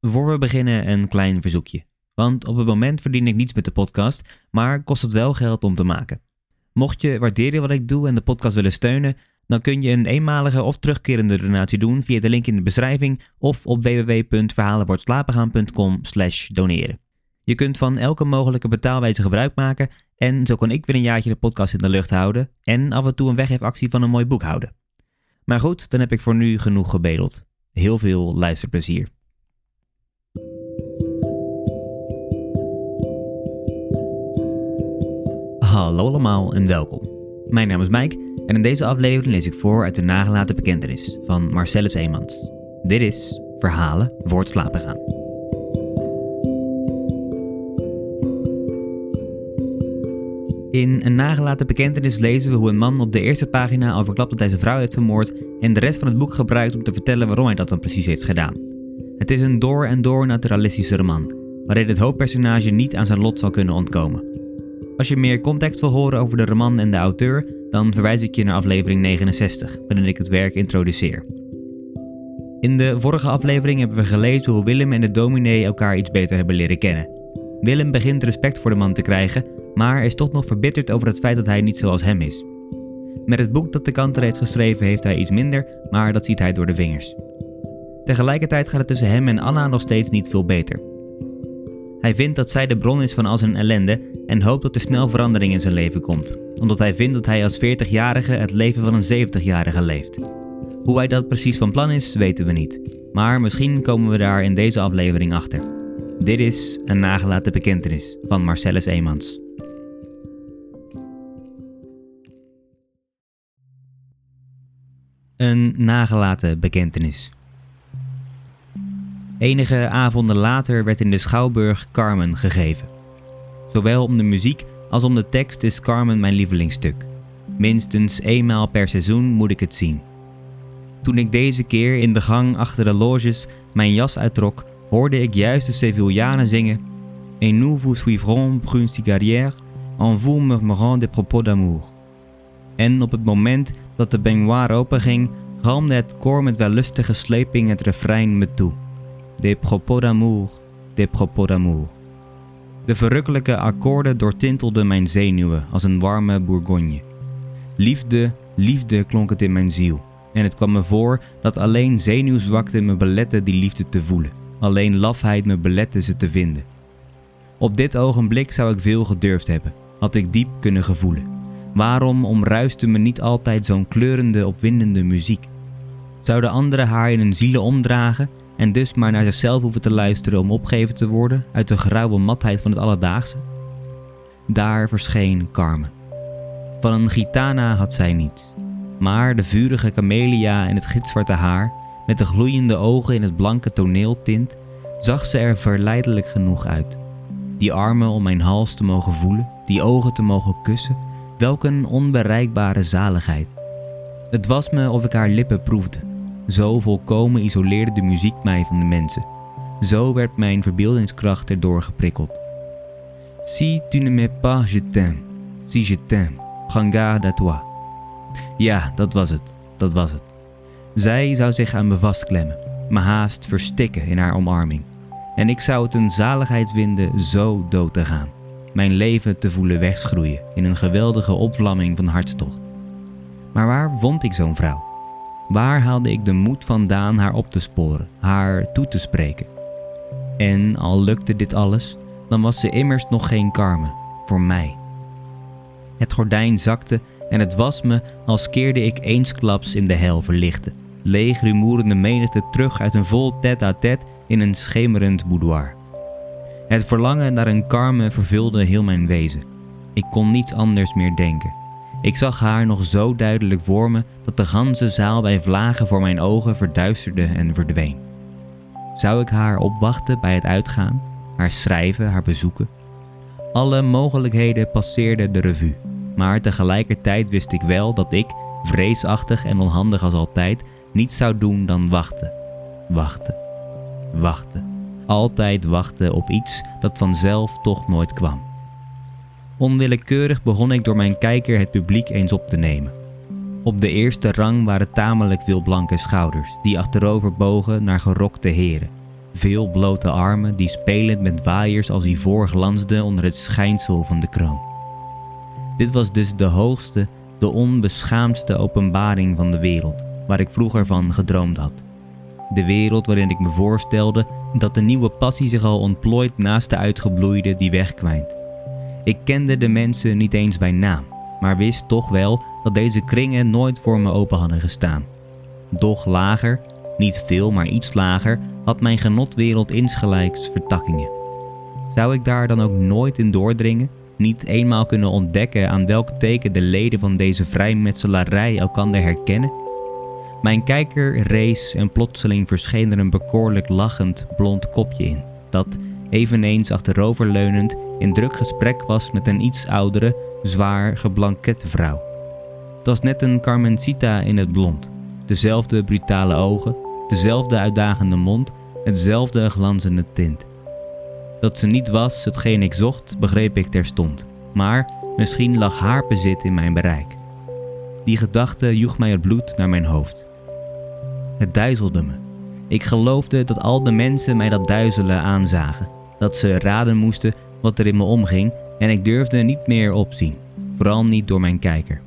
Voor we beginnen een klein verzoekje. Want op het moment verdien ik niets met de podcast, maar kost het wel geld om te maken. Mocht je waarderen wat ik doe en de podcast willen steunen, dan kun je een eenmalige of terugkerende donatie doen via de link in de beschrijving of op www.verhalenvoortslapengaan.com/doneren. Je kunt van elke mogelijke betaalwijze gebruik maken en zo kan ik weer een jaartje de podcast in de lucht houden en af en toe een weggeefactie van een mooi boek houden. Maar goed, dan heb ik voor nu genoeg gebedeld. Heel veel luisterplezier. Hallo allemaal en welkom. Mijn naam is Mike en in deze aflevering lees ik voor uit de nagelaten bekentenis van Marcellus Eemans. Dit is Verhalen voor het slapen gaan. In een nagelaten bekentenis lezen we hoe een man op de eerste pagina al verklapt dat hij zijn vrouw heeft vermoord en de rest van het boek gebruikt om te vertellen waarom hij dat dan precies heeft gedaan. Het is een door en door naturalistische roman, waarin het hoofdpersonage niet aan zijn lot zal kunnen ontkomen. Als je meer context wil horen over de roman en de auteur, dan verwijs ik je naar aflevering 69, waarin ik het werk introduceer. In de vorige aflevering hebben we gelezen hoe Willem en de dominee elkaar iets beter hebben leren kennen. Willem begint respect voor de man te krijgen, maar is toch nog verbitterd over het feit dat hij niet zoals hem is. Met het boek dat de kanter heeft geschreven heeft hij iets minder, maar dat ziet hij door de vingers. Tegelijkertijd gaat het tussen hem en Anna nog steeds niet veel beter. Hij vindt dat zij de bron is van al zijn ellende en hoopt dat er snel verandering in zijn leven komt, omdat hij vindt dat hij als 40-jarige het leven van een 70-jarige leeft. Hoe hij dat precies van plan is, weten we niet, maar misschien komen we daar in deze aflevering achter. Dit is een nagelaten bekentenis van Marcellus Eemans. Een nagelaten bekentenis. Enige avonden later werd in de Schouwburg Carmen gegeven. Zowel om de muziek als om de tekst is Carmen mijn lievelingsstuk. Minstens eenmaal per seizoen moet ik het zien. Toen ik deze keer in de gang achter de loges mijn jas uittrok, hoorde ik juist de Sevillanen zingen: Et nous vous suivrons brune cigarière, en vous murmurant des propos d'amour. En op het moment dat de baignoire openging, galmde het koor met wellustige sleping het refrein me toe. Des propos d'amour, des propos d'amour. De verrukkelijke akkoorden doortintelden mijn zenuwen als een warme bourgogne. Liefde, liefde klonk het in mijn ziel. En het kwam me voor dat alleen zenuwzwakte me belette die liefde te voelen. Alleen lafheid me belette ze te vinden. Op dit ogenblik zou ik veel gedurfd hebben, had ik diep kunnen gevoelen. Waarom omruiste me niet altijd zo'n kleurende, opwindende muziek? Zouden anderen haar in hun zielen omdragen en dus maar naar zichzelf hoeven te luisteren om opgeheven te worden uit de grauwe matheid van het alledaagse? Daar verscheen Carmen. Van een gitana had zij niets, maar de vurige camelia in het gitzwarte haar, met de gloeiende ogen in het blanke toneeltint, zag ze er verleidelijk genoeg uit. Die armen om mijn hals te mogen voelen, die ogen te mogen kussen, welk een onbereikbare zaligheid. Het was me of ik haar lippen proefde. Zo volkomen isoleerde de muziek mij van de mensen. Zo werd mijn verbeeldingskracht erdoor geprikkeld. Si tu ne m'aimes pas, je t'aime. Si je t'aime, prends garde à toi. Ja, dat was het. Zij zou zich aan me vastklemmen, me haast verstikken in haar omarming. En ik zou het een zaligheid vinden zo dood te gaan. Mijn leven te voelen wegschroeien in een geweldige opvlamming van hartstocht. Maar waar vond ik zo'n vrouw? Waar haalde ik de moed vandaan haar op te sporen, haar toe te spreken? En al lukte dit alles, dan was ze immers nog geen Carmen, voor mij. Het gordijn zakte en het was me als keerde ik eensklaps in de hel verlichten. Leeg rumoerende menigte terug uit een vol tête-à-tête in een schemerend boudoir. Het verlangen naar een Carmen vervulde heel mijn wezen. Ik kon niets anders meer denken. Ik zag haar nog zo duidelijk voor me dat de ganse zaal bij vlagen voor mijn ogen verduisterde en verdween. Zou ik haar opwachten bij het uitgaan, haar schrijven, haar bezoeken? Alle mogelijkheden passeerden de revue, maar tegelijkertijd wist ik wel dat ik, vreesachtig en onhandig als altijd, niets zou doen dan wachten. Wachten. Altijd wachten op iets dat vanzelf toch nooit kwam. Onwillekeurig begon ik door mijn kijker het publiek eens op te nemen. Op de eerste rang waren tamelijk veel blanke schouders, die achterover bogen naar gerokte heren. veel blote armen die spelend met waaiers als ivoor glansden onder het schijnsel van de kroon. Dit was dus de hoogste, de onbeschaamdste openbaring van de wereld, waar ik vroeger van gedroomd had. De wereld waarin ik me voorstelde dat de nieuwe passie zich al ontplooit naast de uitgebloeide die wegkwijnt. Ik kende de mensen niet eens bij naam, maar wist toch wel dat deze kringen nooit voor me open hadden gestaan. Doch lager, niet veel maar iets lager, had mijn genotwereld insgelijks vertakkingen. Zou ik daar dan ook nooit in doordringen? Niet eenmaal kunnen ontdekken aan welk teken de leden van deze vrijmetselarij elkander herkennen? Mijn kijker rees en plotseling verscheen er een bekoorlijk lachend blond kopje in, dat, eveneens achteroverleunend, in druk gesprek was met een iets oudere, zwaar geblankette vrouw. Het was net een Carmencita in het blond, dezelfde brutale ogen, dezelfde uitdagende mond, hetzelfde glanzende tint. Dat ze niet was hetgeen ik zocht, begreep ik terstond, maar misschien lag haar bezit in mijn bereik. Die gedachte joeg mij het bloed naar mijn hoofd. Het duizelde me. Ik geloofde dat al de mensen mij dat duizelen aanzagen, dat ze raden moesten wat er in me omging en ik durfde niet meer opzien, vooral niet door mijn kijker.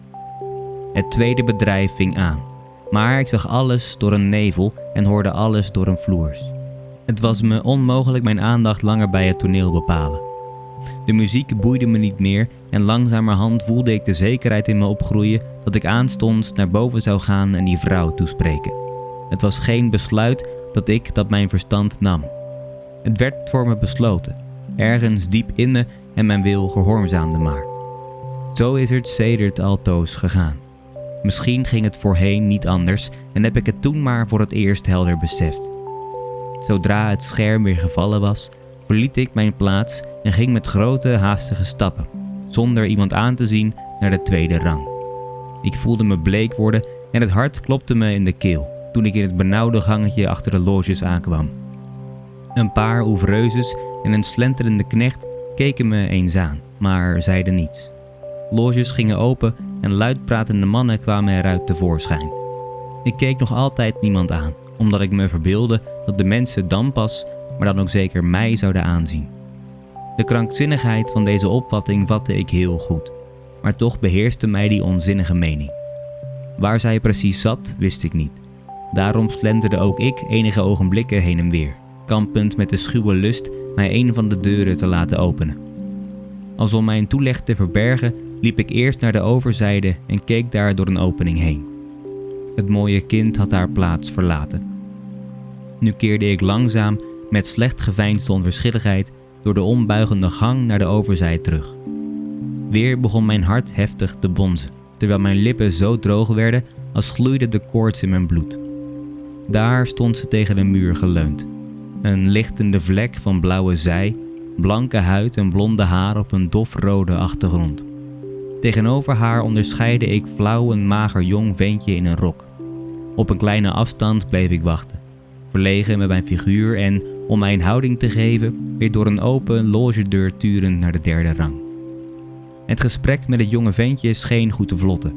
Het tweede bedrijf ving aan, maar ik zag alles door een nevel en hoorde alles door een floers. Het was me onmogelijk mijn aandacht langer bij het toneel bepalen. De muziek boeide me niet meer en langzamerhand voelde ik de zekerheid in me opgroeien dat ik aanstonds naar boven zou gaan en die vrouw toespreken. Het was geen besluit dat mijn verstand nam. Het werd voor me besloten, ergens diep in me en mijn wil gehoorzaamde maar. Zo is het sedert altoos gegaan. Misschien ging het voorheen niet anders en heb ik het toen maar voor het eerst helder beseft. Zodra het scherm weer gevallen was, verliet ik mijn plaats en ging met grote haastige stappen, zonder iemand aan te zien, naar de tweede rang. Ik voelde me bleek worden en het hart klopte me in de keel toen ik in het benauwde gangetje achter de loges aankwam. Een paar ouvreuses en een slenterende knecht keken me eens aan, maar zeiden niets. Loges gingen open en luidpratende mannen kwamen eruit tevoorschijn. Ik keek nog altijd niemand aan, omdat ik me verbeeldde dat de mensen dan pas, maar dan ook zeker mij zouden aanzien. De krankzinnigheid van deze opvatting vatte ik heel goed, maar toch beheerste mij die onzinnige mening. Waar zij precies zat, wist ik niet. Daarom slenterde ook ik enige ogenblikken heen en weer, kampend met de schuwe lust mij een van de deuren te laten openen. Als om mijn toeleg te verbergen, liep ik eerst naar de overzijde en keek daar door een opening heen. Het mooie kind had haar plaats verlaten. Nu keerde ik langzaam, met slecht geveinsde onverschilligheid, door de ombuigende gang naar de overzij terug. Weer begon mijn hart heftig te bonzen, terwijl mijn lippen zo droog werden als gloeide de koorts in mijn bloed. Daar stond ze tegen de muur geleund. Een lichtende vlek van blauwe zij, blanke huid en blonde haar op een dofrode achtergrond. Tegenover haar onderscheidde ik flauw een mager jong ventje in een rok. Op een kleine afstand bleef ik wachten, verlegen met mijn figuur en, om mij een houding te geven, weer door een open logedeur turend naar de derde rang. Het gesprek met het jonge ventje scheen goed te vlotten.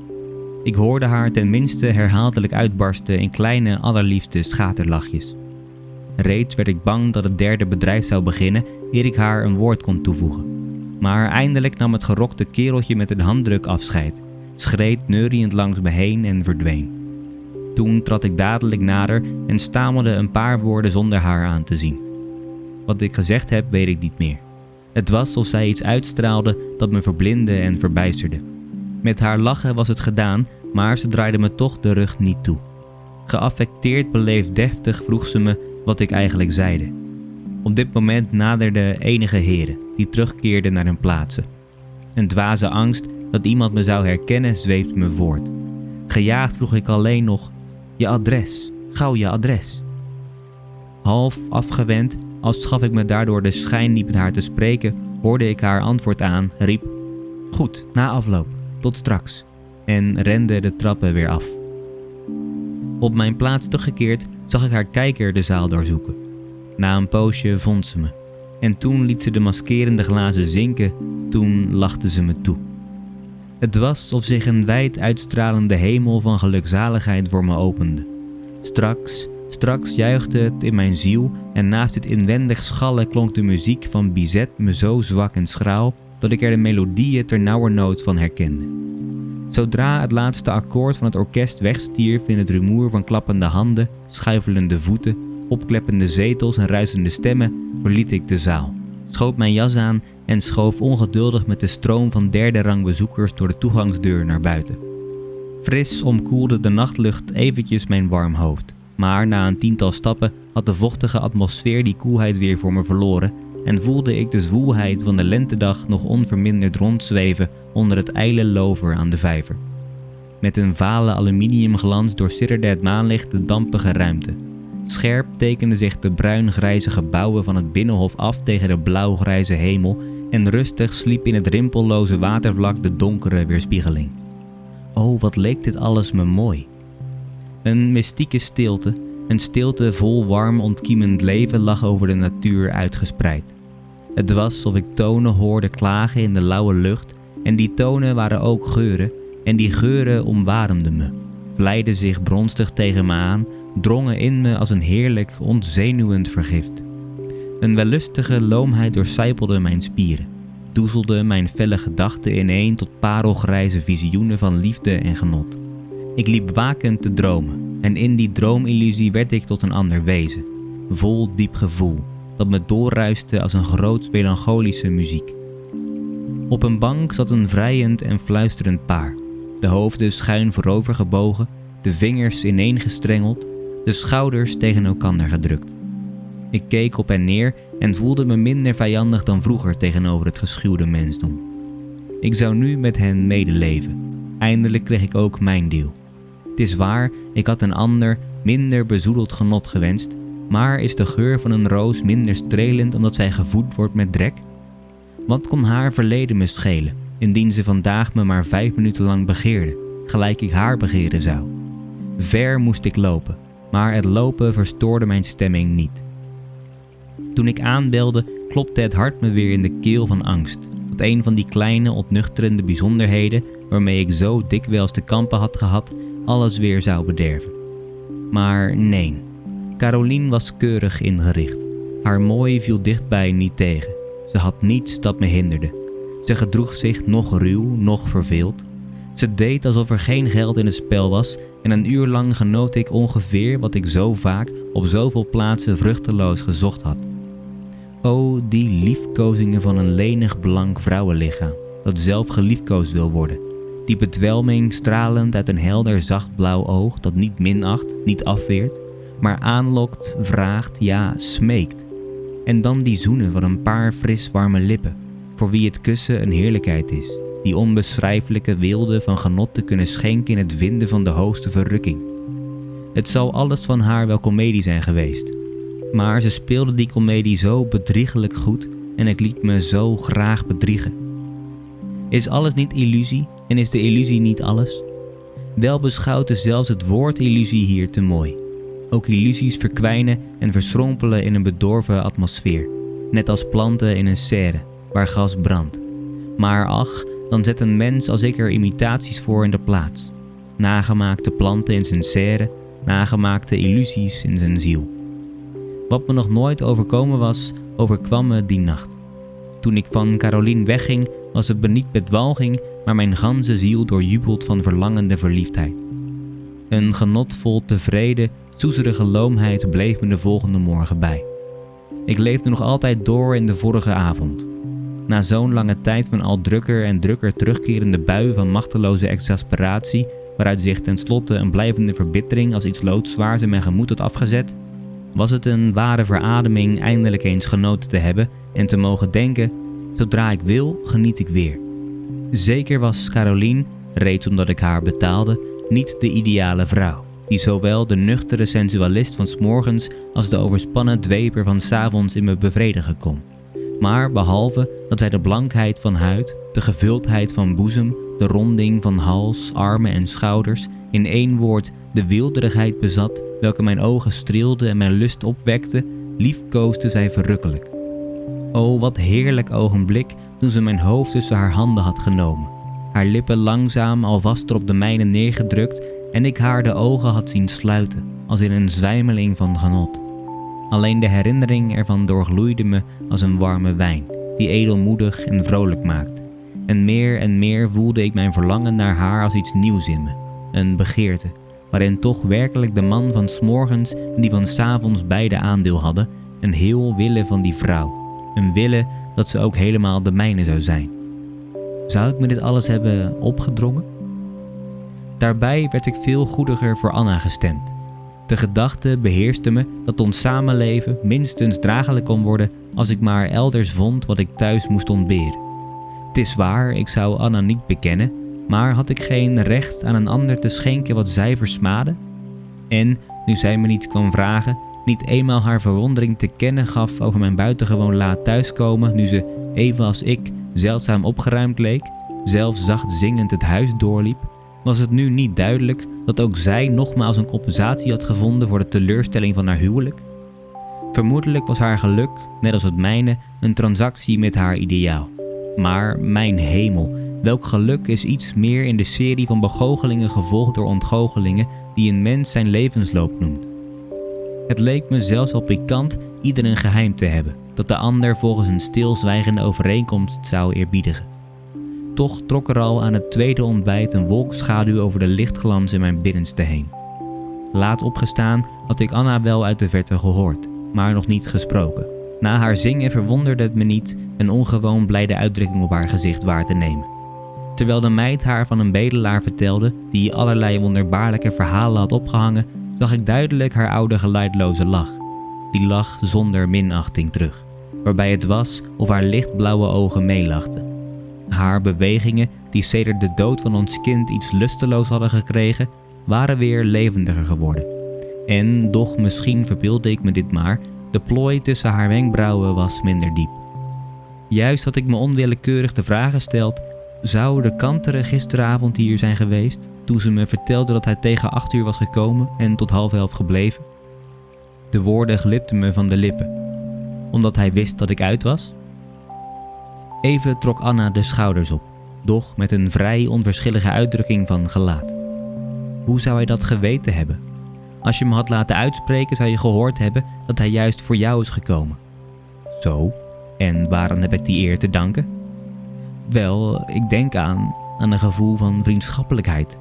Ik hoorde haar tenminste herhaaldelijk uitbarsten in kleine allerliefste schaterlachjes. Reeds werd ik bang dat het derde bedrijf zou beginnen eer ik haar een woord kon toevoegen. Maar eindelijk nam het gerokte kereltje met een handdruk afscheid, schreed neuriënd langs me heen en verdween. Toen trad ik dadelijk nader en stamelde een paar woorden zonder haar aan te zien. Wat ik gezegd heb, weet ik niet meer. Het was of zij iets uitstraalde dat me verblindde en verbijsterde. Met haar lachen was het gedaan, maar ze draaide me toch de rug niet toe. Geaffecteerd beleefd deftig vroeg ze me wat ik eigenlijk zeide. Op dit moment naderden enige heren die terugkeerden naar hun plaatsen. Een dwaze angst dat iemand me zou herkennen zweepte me voort. Gejaagd vroeg ik alleen nog: je adres, gauw je adres. Half afgewend, als gaf ik me daardoor de schijn niet met haar te spreken, hoorde ik haar antwoord aan, riep: goed, na afloop, tot straks, en rende de trappen weer af. Op mijn plaats teruggekeerd zag ik haar kijker de zaal doorzoeken. Na een poosje vond ze me. En toen liet ze de maskerende glazen zinken, toen lachte ze me toe. Het was of zich een wijd uitstralende hemel van gelukzaligheid voor me opende. Straks, Straks juichte het in mijn ziel en naast dit inwendig schallen klonk de muziek van Bizet me zo zwak en schraal dat ik er de melodieën ternauwernood van herkende. Zodra het laatste akkoord van het orkest wegstierf in het rumoer van klappende handen, schuifelende voeten, opkleppende zetels en ruisende stemmen, verliet ik de zaal, schoot mijn jas aan en schoof ongeduldig met de stroom van derde rang bezoekers door de toegangsdeur naar buiten. Fris omkoelde de nachtlucht eventjes mijn warm hoofd, maar na een 10-tal stappen had de vochtige atmosfeer die koelheid weer voor me verloren en voelde ik de zwoelheid van de lentedag nog onverminderd rondzweven onder het ijle lover aan de vijver. Met een vale aluminiumglans doorsidderde het maanlicht de dampige ruimte. Scherp tekenden zich de bruin-grijze gebouwen van het binnenhof af tegen de blauw-grijze hemel en rustig sliep in het rimpelloze watervlak de donkere weerspiegeling. Oh, wat leek dit alles me mooi. Een mystieke stilte, een stilte vol warm ontkiemend leven lag over de natuur uitgespreid. Het was alsof ik tonen hoorde klagen in de lauwe lucht en die tonen waren ook geuren en die geuren omwademden me, vlijden zich bronstig tegen me aan, drongen in me als een heerlijk, ontzenuwend vergift. Een wellustige loomheid doorsijpelde mijn spieren, doezelde mijn felle gedachten ineen tot parelgrijze visioenen van liefde en genot. Ik liep wakend te dromen en in die droomillusie werd ik tot een ander wezen, vol diep gevoel, dat me doorruiste als een groots melancholische muziek. Op een bank zat een vrijend en fluisterend paar, de hoofden schuin voorover gebogen, de vingers ineengestrengeld, de schouders tegen elkander gedrukt. Ik keek op hen neer en voelde me minder vijandig dan vroeger tegenover het geschuwde mensdom. Ik zou nu met hen medeleven. Eindelijk kreeg ik ook mijn deel. Het is waar, ik had een ander, minder bezoedeld genot gewenst, maar is de geur van een roos minder strelend omdat zij gevoed wordt met drek? Wat kon haar verleden me schelen, indien ze vandaag me maar 5 minuten lang begeerde, gelijk ik haar begeren zou? Ver moest ik lopen, maar het lopen verstoorde mijn stemming niet. Toen ik aanbelde, klopte het hart me weer in de keel van angst, dat een van die kleine, ontnuchterende bijzonderheden, waarmee ik zo dikwijls te kampen had gehad, alles weer zou bederven. Maar nee, Caroline was keurig ingericht. Haar mooi viel dichtbij niet tegen. Ze had niets dat me hinderde. Ze gedroeg zich noch ruw, noch verveeld. Ze deed alsof er geen geld in het spel was en een uur lang genoot ik ongeveer wat ik zo vaak op zoveel plaatsen vruchteloos gezocht had. O, die liefkozingen van een lenig blank vrouwenlichaam, dat zelf geliefkoosd wil worden. Die bedwelming stralend uit een helder zacht blauw oog dat niet minacht, niet afweert, maar aanlokt, vraagt, ja, smeekt. En dan die zoenen van een paar fris warme lippen, voor wie het kussen een heerlijkheid is, die onbeschrijfelijke weelde van genot te kunnen schenken in het vinden van de hoogste verrukking. Het zal alles van haar wel komedie zijn geweest, maar ze speelde die komedie zo bedriegelijk goed en ik liet me zo graag bedriegen. Is alles niet illusie en is de illusie niet alles? Wel beschouwt is zelfs het woord illusie hier te mooi. Ook illusies verkwijnen en verschrompelen in een bedorven atmosfeer, net als planten in een serre, waar gas brandt. Maar ach, dan zet een mens als ik er imitaties voor in de plaats. Nagemaakte planten in zijn serre, nagemaakte illusies in zijn ziel. Wat me nog nooit overkomen was, overkwam me die nacht. Toen ik van Caroline wegging, was het me niet met walging, maar mijn ganse ziel doorjubeld van verlangende verliefdheid. Een genotvol tevreden, soezerige loomheid bleef me de volgende morgen bij. Ik leefde nog altijd door in de vorige avond. Na zo'n lange tijd van al drukker en drukker terugkerende buien van machteloze exasperatie, waaruit zich tenslotte een blijvende verbittering als iets loodzwaars in mijn gemoed had afgezet, was het een ware verademing eindelijk eens genoten te hebben en te mogen denken, zodra ik wil, geniet ik weer. Zeker was Caroline, reeds omdat ik haar betaalde, niet de ideale vrouw, die zowel de nuchtere sensualist van 's morgens als de overspannen dweper van 's avonds in me bevredigen kon. Maar behalve dat zij de blankheid van huid, de gevuldheid van boezem, de ronding van hals, armen en schouders, in één woord de wilderigheid bezat, welke mijn ogen streelde en mijn lust opwekte, liefkoosde zij verrukkelijk. O, wat heerlijk ogenblik toen ze mijn hoofd tussen haar handen had genomen, haar lippen langzaam al vaster op de mijne neergedrukt en ik haar de ogen had zien sluiten, als in een zwijmeling van genot. Alleen de herinnering ervan doorgloeide me als een warme wijn, die edelmoedig en vrolijk maakt. En meer voelde ik mijn verlangen naar haar als iets nieuws in me, een begeerte, waarin toch werkelijk de man van 's morgens en die van 's avonds beide aandeel hadden, een heel willen van die vrouw, een willen dat ze ook helemaal de mijne zou zijn. Zou ik me dit alles hebben opgedrongen? Daarbij werd ik veel goediger voor Anna gestemd. De gedachte beheerste me dat ons samenleven minstens draaglijk kon worden als ik maar elders vond wat ik thuis moest ontberen. Het is waar, ik zou Anna niet bekennen, maar had ik geen recht aan een ander te schenken wat zij versmaadde? En, nu zij me niet kwam vragen, niet eenmaal haar verwondering te kennen gaf over mijn buitengewoon laat thuiskomen, nu ze, even als ik, zeldzaam opgeruimd leek, zelfs zacht zingend het huis doorliep, was het nu niet duidelijk dat ook zij nogmaals een compensatie had gevonden voor de teleurstelling van haar huwelijk? Vermoedelijk was haar geluk, net als het mijne, een transactie met haar ideaal. Maar, mijn hemel, welk geluk is iets meer in de serie van begoochelingen gevolgd door ontgoochelingen die een mens zijn levensloop noemt. Het leek me zelfs al pikant ieder een geheim te hebben, dat de ander volgens een stilzwijgende overeenkomst zou eerbiedigen. Toch trok er al aan het tweede ontbijt een wolkschaduw over de lichtglans in mijn binnenste heen. Laat opgestaan had ik Anna wel uit de verte gehoord, maar nog niet gesproken. Na haar zingen verwonderde het me niet een ongewoon blijde uitdrukking op haar gezicht waar te nemen. Terwijl de meid haar van een bedelaar vertelde die allerlei wonderbaarlijke verhalen had opgehangen, zag ik duidelijk haar oude geluidloze lach. Die lach zonder minachting terug, waarbij het was of haar lichtblauwe ogen meelachten. Haar bewegingen, die sedert de dood van ons kind iets lusteloos hadden gekregen, waren weer levendiger geworden. En, doch misschien verbeeldde ik me dit maar, de plooi tussen haar wenkbrauwen was minder diep. Juist had ik me onwillekeurig de vraag gesteld: zou de kantere gisteravond hier zijn geweest, toen ze me vertelde dat hij tegen 8 uur was gekomen en tot 10:30 gebleven? De woorden glipten me van de lippen. Omdat hij wist dat ik uit was? Even trok Anna de schouders op, doch met een vrij onverschillige uitdrukking van gelaat. Hoe zou hij dat geweten hebben? Als je me had laten uitspreken, zou je gehoord hebben dat hij juist voor jou is gekomen. Zo, en waaraan heb ik die eer te danken? Wel, ik denk aan een gevoel van vriendschappelijkheid.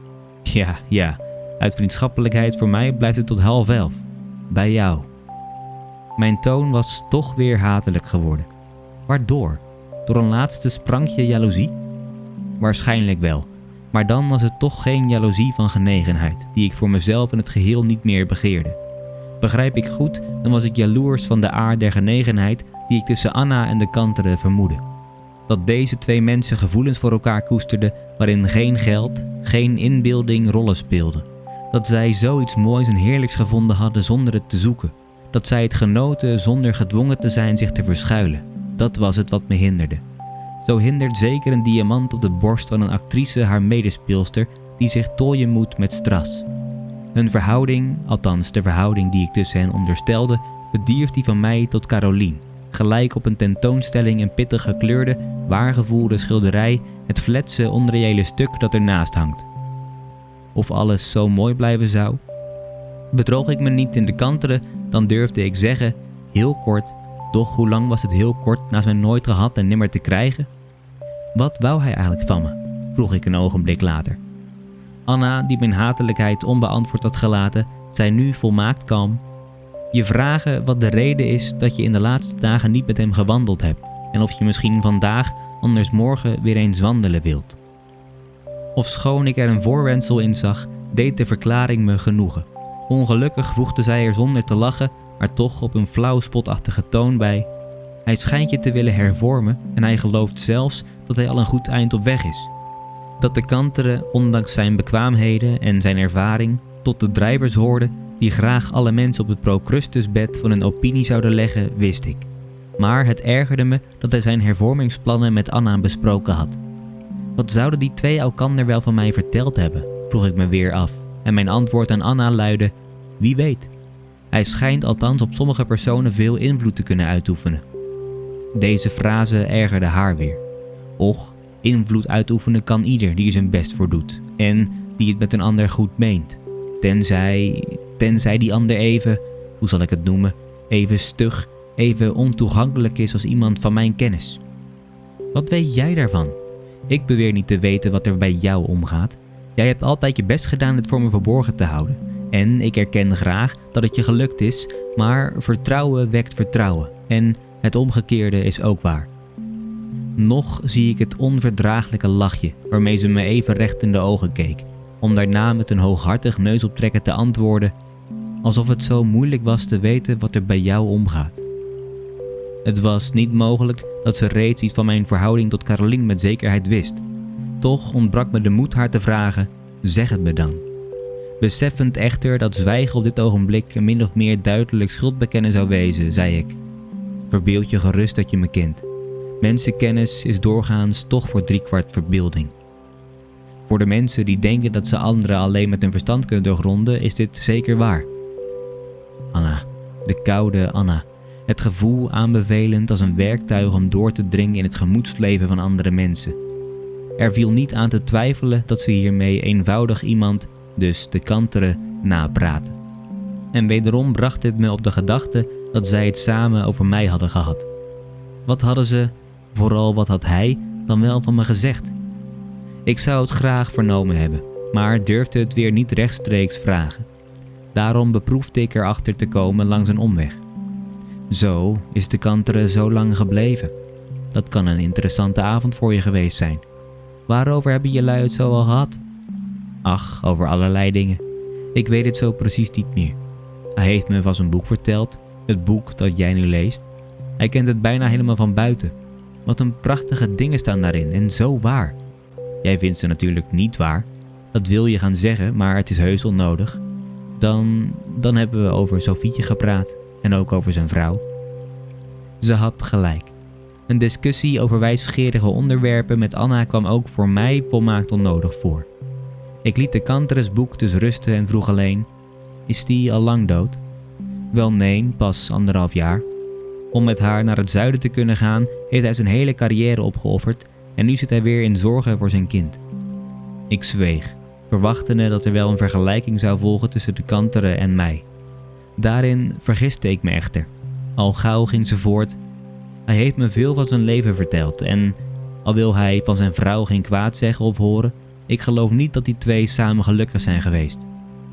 Ja, uit vriendschappelijkheid voor mij blijft het tot 10:30. Bij jou. Mijn toon was toch weer hatelijk geworden. Waardoor? Door een laatste sprankje jaloezie? Waarschijnlijk wel, maar dan was het toch geen jaloezie van genegenheid, die ik voor mezelf in het geheel niet meer begeerde. Begrijp ik goed, dan was ik jaloers van de aard der genegenheid die ik tussen Anna en de kantere vermoedde. Dat deze twee mensen gevoelens voor elkaar koesterden waarin geen geld, geen inbeelding rollen speelden. Dat zij zoiets moois en heerlijks gevonden hadden zonder het te zoeken. Dat zij het genoten zonder gedwongen te zijn zich te verschuilen. Dat was het wat me hinderde. Zo hindert zeker een diamant op de borst van een actrice haar medespeelster die zich tooien moet met stras. Hun verhouding, althans de verhouding die ik tussen hen onderstelde, bedierf die van mij tot Caroline. Gelijk op een tentoonstelling een pittig gekleurde, waargevoelde schilderij, het fletse, onreële stuk dat ernaast hangt. Of alles zo mooi blijven zou? Bedroog ik me niet in de kantere, dan durfde ik zeggen, heel kort, doch hoe lang was het heel kort naast mij nooit gehad en nimmer te krijgen? Wat wou hij eigenlijk van me? Vroeg ik een ogenblik later. Anna, die mijn hatelijkheid onbeantwoord had gelaten, zei nu volmaakt kalm: je vragen wat de reden is dat je in de laatste dagen niet met hem gewandeld hebt en of je misschien vandaag, anders morgen, weer eens wandelen wilt. Ofschoon ik er een voorwendsel in zag, deed de verklaring me genoegen. Ongelukkig voegde zij er zonder te lachen, maar toch op een flauw spotachtige toon bij: hij schijnt je te willen hervormen en hij gelooft zelfs dat hij al een goed eind op weg is. Dat de kantere, ondanks zijn bekwaamheden en zijn ervaring, tot de drijvers hoorde die graag alle mensen op het Procrustusbed van hun opinie zouden leggen, wist ik. Maar het ergerde me dat hij zijn hervormingsplannen met Anna besproken had. Wat zouden die twee elkander wel van mij verteld hebben, vroeg ik me weer af. En mijn antwoord aan Anna luidde: wie weet. Hij schijnt althans op sommige personen veel invloed te kunnen uitoefenen. Deze frase ergerde haar weer. Och, invloed uitoefenen kan ieder die er zijn best voor doet. En die het met een ander goed meent. Tenzij die ander even, hoe zal ik het noemen, even stug, even ontoegankelijk is als iemand van mijn kennis. Wat weet jij daarvan? Ik beweer niet te weten wat er bij jou omgaat. Jij hebt altijd je best gedaan het voor me verborgen te houden. En ik erken graag dat het je gelukt is, maar vertrouwen wekt vertrouwen. En het omgekeerde is ook waar. Nog zie ik het onverdraaglijke lachje waarmee ze me even recht in de ogen keek, om daarna met een hooghartig neusoptrekken te antwoorden, alsof het zo moeilijk was te weten wat er bij jou omgaat. Het was niet mogelijk dat ze reeds iets van mijn verhouding tot Caroline met zekerheid wist. Toch ontbrak me de moed haar te vragen, zeg het me dan. Beseffend echter dat zwijgen op dit ogenblik een min of meer duidelijk schuldbekennen zou wezen, zei ik. Verbeeld je gerust dat je me kent. Mensenkennis is doorgaans toch voor 3/4 verbeelding. Voor de mensen die denken dat ze anderen alleen met hun verstand kunnen doorgronden, is dit zeker waar. Anna, de koude Anna. Het gevoel aanbevelend als een werktuig om door te dringen in het gemoedsleven van andere mensen. Er viel niet aan te twijfelen dat ze hiermee eenvoudig iemand, dus de kantere, napraten. En wederom bracht dit me op de gedachte dat zij het samen over mij hadden gehad. Wat hadden ze, vooral wat had hij, dan wel van me gezegd? Ik zou het graag vernomen hebben, maar durfde het weer niet rechtstreeks vragen. Daarom beproefde ik erachter te komen langs een omweg. Zo is de kantere zo lang gebleven. Dat kan een interessante avond voor je geweest zijn. Waarover hebben jelui het zo al gehad? Ach, over allerlei dingen. Ik weet het zo precies niet meer. Hij heeft me van zijn boek verteld, het boek dat jij nu leest. Hij kent het bijna helemaal van buiten. Wat een prachtige dingen staan daarin en zo waar. Jij vindt ze natuurlijk niet waar. Dat wil je gaan zeggen, maar het is heus onnodig. Dan hebben we over Sofietje gepraat en ook over zijn vrouw. Ze had gelijk. Een discussie over wijsgerige onderwerpen met Anna kwam ook voor mij volmaakt onnodig voor. Ik liet de kanteres boek dus rusten en vroeg alleen, is die al lang dood? Wel nee, pas 1,5 jaar. Om met haar naar het zuiden te kunnen gaan, heeft hij zijn hele carrière opgeofferd en nu zit hij weer in zorgen voor zijn kind. Ik zweeg, verwachtende dat er wel een vergelijking zou volgen tussen de kantere en mij. Daarin vergiste ik me echter. Al gauw ging ze voort. Hij heeft me veel van zijn leven verteld en, al wil hij van zijn vrouw geen kwaad zeggen of horen, ik geloof niet dat die twee samen gelukkig zijn geweest.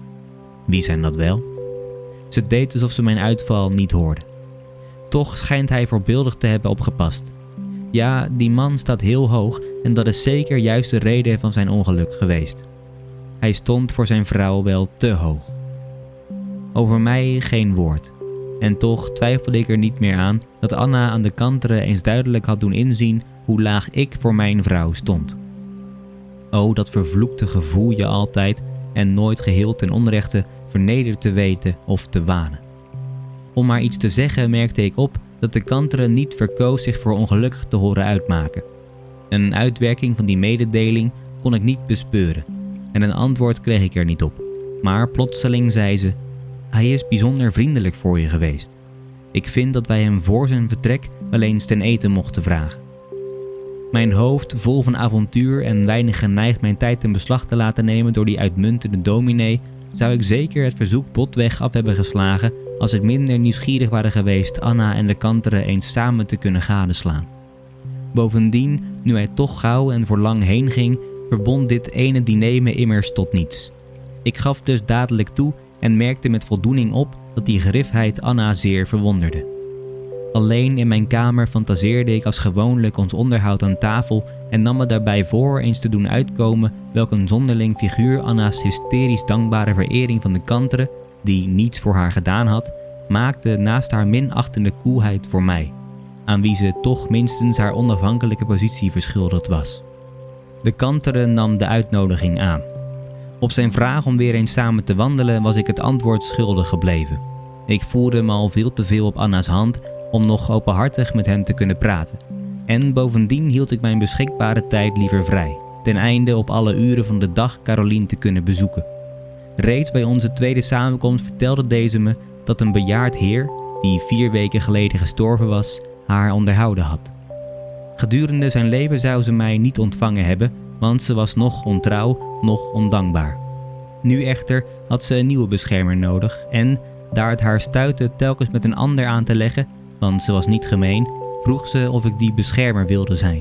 Wie zijn dat wel? Ze deed alsof ze mijn uitval niet hoorde. Toch schijnt hij voorbeeldig te hebben opgepast. Ja, die man staat heel hoog en dat is zeker juist de reden van zijn ongeluk geweest. Hij stond voor zijn vrouw wel te hoog. Over mij geen woord. En toch twijfelde ik er niet meer aan dat Anna aan de kantere eens duidelijk had doen inzien hoe laag ik voor mijn vrouw stond. O, dat vervloekte gevoel je altijd en nooit geheel ten onrechte vernederd te weten of te wanen. Om maar iets te zeggen merkte ik op dat de kantere niet verkoos zich voor ongelukkig te horen uitmaken. Een uitwerking van die mededeling kon ik niet bespeuren en een antwoord kreeg ik er niet op. Maar plotseling zei ze, hij is bijzonder vriendelijk voor je geweest. Ik vind dat wij hem voor zijn vertrek wel eens ten eten mochten vragen. Mijn hoofd vol van avontuur en weinig geneigd mijn tijd in beslag te laten nemen door die uitmuntende dominee, zou ik zeker het verzoek botweg af hebben geslagen als ik minder nieuwsgierig waren geweest Anna en de kantere eens samen te kunnen gadeslaan. Bovendien, nu hij toch gauw en voor lang heen ging, verbond dit ene diner me immers tot niets. Ik gaf dus dadelijk toe en merkte met voldoening op dat die grifheid Anna zeer verwonderde. Alleen in mijn kamer fantaseerde ik als gewoonlijk ons onderhoud aan tafel en nam me daarbij voor eens te doen uitkomen welk een zonderling figuur Anna's hysterisch dankbare verering van de kantere, die niets voor haar gedaan had, maakte naast haar minachtende koelheid voor mij, aan wie ze toch minstens haar onafhankelijke positie verschuldigd was. De kantere nam de uitnodiging aan. Op zijn vraag om weer eens samen te wandelen was ik het antwoord schuldig gebleven. Ik voelde me al veel te veel op Anna's hand om nog openhartig met hem te kunnen praten. En bovendien hield ik mijn beschikbare tijd liever vrij, ten einde op alle uren van de dag Caroline te kunnen bezoeken. Reeds bij onze tweede samenkomst vertelde deze me dat een bejaard heer, die 4 weken geleden gestorven was, haar onderhouden had. Gedurende zijn leven zou ze mij niet ontvangen hebben, want ze was nog ontrouw, nog ondankbaar. Nu echter had ze een nieuwe beschermer nodig en, daar het haar stuitte telkens met een ander aan te leggen, want ze was niet gemeen, vroeg ze of ik die beschermer wilde zijn.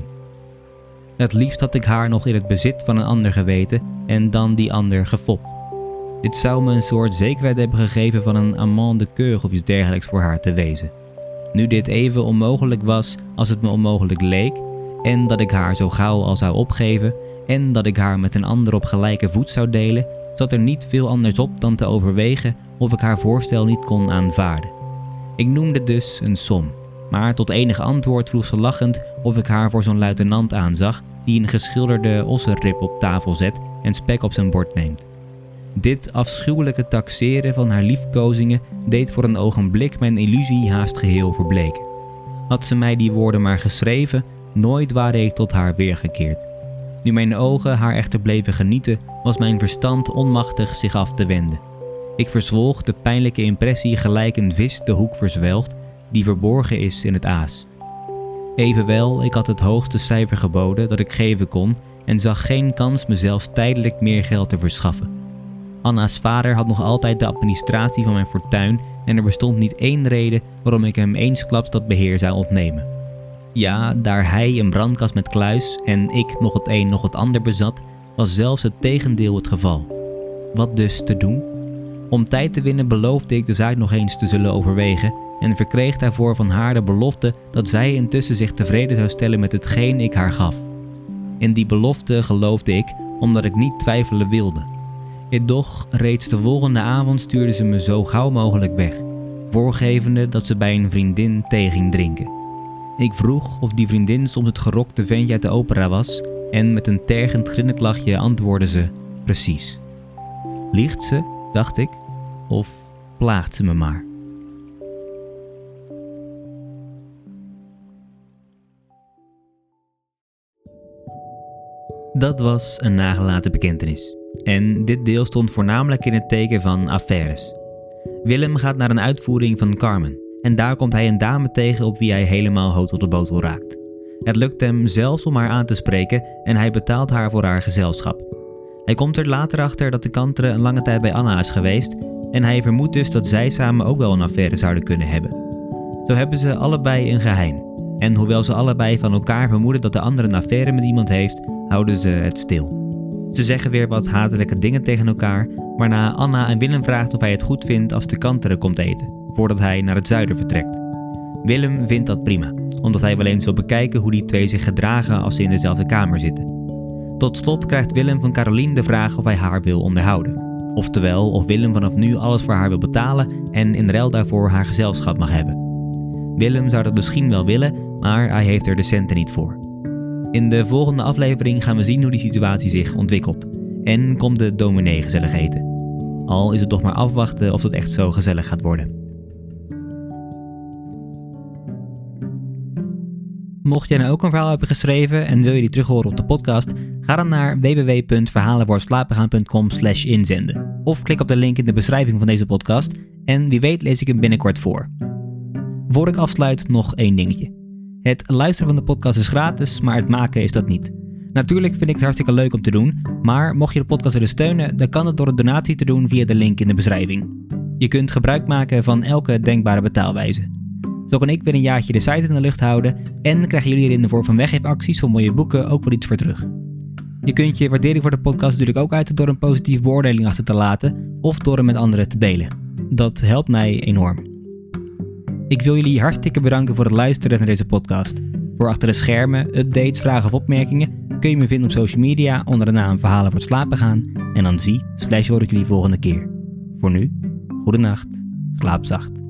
Het liefst had ik haar nog in het bezit van een ander geweten en dan die ander gefopt. Dit zou me een soort zekerheid hebben gegeven van een amant de coeur of iets dergelijks voor haar te wezen. Nu dit even onmogelijk was als het me onmogelijk leek, en dat ik haar zo gauw al zou opgeven, en dat ik haar met een ander op gelijke voet zou delen, zat er niet veel anders op dan te overwegen of ik haar voorstel niet kon aanvaarden. Ik noemde dus een som, maar tot enige antwoord vroeg ze lachend of ik haar voor zo'n luitenant aanzag die een geschilderde ossenrib op tafel zet en spek op zijn bord neemt. Dit afschuwelijke taxeren van haar liefkozingen deed voor een ogenblik mijn illusie haast geheel verbleken. Had ze mij die woorden maar geschreven, nooit ware ik tot haar weergekeerd. Nu mijn ogen haar echter bleven genieten, was mijn verstand onmachtig zich af te wenden. Ik verzwolg de pijnlijke impressie gelijk een vis de hoek verzwelgt, die verborgen is in het aas. Evenwel, ik had het hoogste cijfer geboden dat ik geven kon en zag geen kans me zelfs tijdelijk meer geld te verschaffen. Anna's vader had nog altijd de administratie van mijn fortuin en er bestond niet één reden waarom ik hem eensklaps dat beheer zou ontnemen. Ja, daar hij een brandkast met kluis en ik nog het een nog het ander bezat, was zelfs het tegendeel het geval. Wat dus te doen? Om tijd te winnen beloofde ik de zaak nog eens te zullen overwegen en verkreeg daarvoor van haar de belofte dat zij intussen zich tevreden zou stellen met hetgeen ik haar gaf. In die belofte geloofde ik, omdat ik niet twijfelen wilde. Doch reeds de volgende avond stuurde ze me zo gauw mogelijk weg, voorgevende dat ze bij een vriendin thee ging drinken. Ik vroeg of die vriendin soms het gerokte ventje uit de opera was en met een tergend grinniklachje antwoordde ze, precies. Liegt ze, dacht ik, of plaagt ze me maar? Dat was een nagelaten bekentenis. En dit deel stond voornamelijk in het teken van affaires. Willem gaat naar een uitvoering van Carmen en daar komt hij een dame tegen op wie hij helemaal hout op de botel raakt. Het lukt hem zelfs om haar aan te spreken en hij betaalt haar voor haar gezelschap. Hij komt er later achter dat de kantere een lange tijd bij Anna is geweest en hij vermoedt dus dat zij samen ook wel een affaire zouden kunnen hebben. Zo hebben ze allebei een geheim. En hoewel ze allebei van elkaar vermoeden dat de ander een affaire met iemand heeft, houden ze het stil. Ze zeggen weer wat hatelijke dingen tegen elkaar, waarna Anna aan Willem vraagt of hij het goed vindt als de kantere komt eten, voordat hij naar het zuiden vertrekt. Willem vindt dat prima, omdat hij wel eens wil bekijken hoe die twee zich gedragen als ze in dezelfde kamer zitten. Tot slot krijgt Willem van Caroline de vraag of hij haar wil onderhouden. Oftewel, of Willem vanaf nu alles voor haar wil betalen en in ruil daarvoor haar gezelschap mag hebben. Willem zou dat misschien wel willen, maar hij heeft er de centen niet voor. In de volgende aflevering gaan we zien hoe die situatie zich ontwikkelt. En komt de dominee gezellig eten. Al is het toch maar afwachten of het echt zo gezellig gaat worden. Mocht jij nou ook een verhaal hebben geschreven en wil je die terug horen op de podcast, ga dan naar www.verhalenvoorslapengaan.com/inzenden. Of klik op de link in de beschrijving van deze podcast en wie weet lees ik hem binnenkort voor. Voor ik afsluit nog één dingetje. Het luisteren van de podcast is gratis, maar het maken is dat niet. Natuurlijk vind ik het hartstikke leuk om te doen, maar mocht je de podcast willen steunen, dan kan het door een donatie te doen via de link in de beschrijving. Je kunt gebruik maken van elke denkbare betaalwijze. Zo kan ik weer een jaartje de site in de lucht houden en krijgen jullie er in de vorm van weggeefacties van mooie boeken ook wel iets voor terug. Je kunt je waardering voor de podcast natuurlijk ook uiten door een positieve beoordeling achter te laten of door hem met anderen te delen. Dat helpt mij enorm. Ik wil jullie hartstikke bedanken voor het luisteren naar deze podcast. Voor achter de schermen, updates, vragen of opmerkingen kun je me vinden op social media onder de naam Verhalen voor het slapen gaan. En dan hoor ik jullie volgende keer. Voor nu, goedenacht, slaap zacht.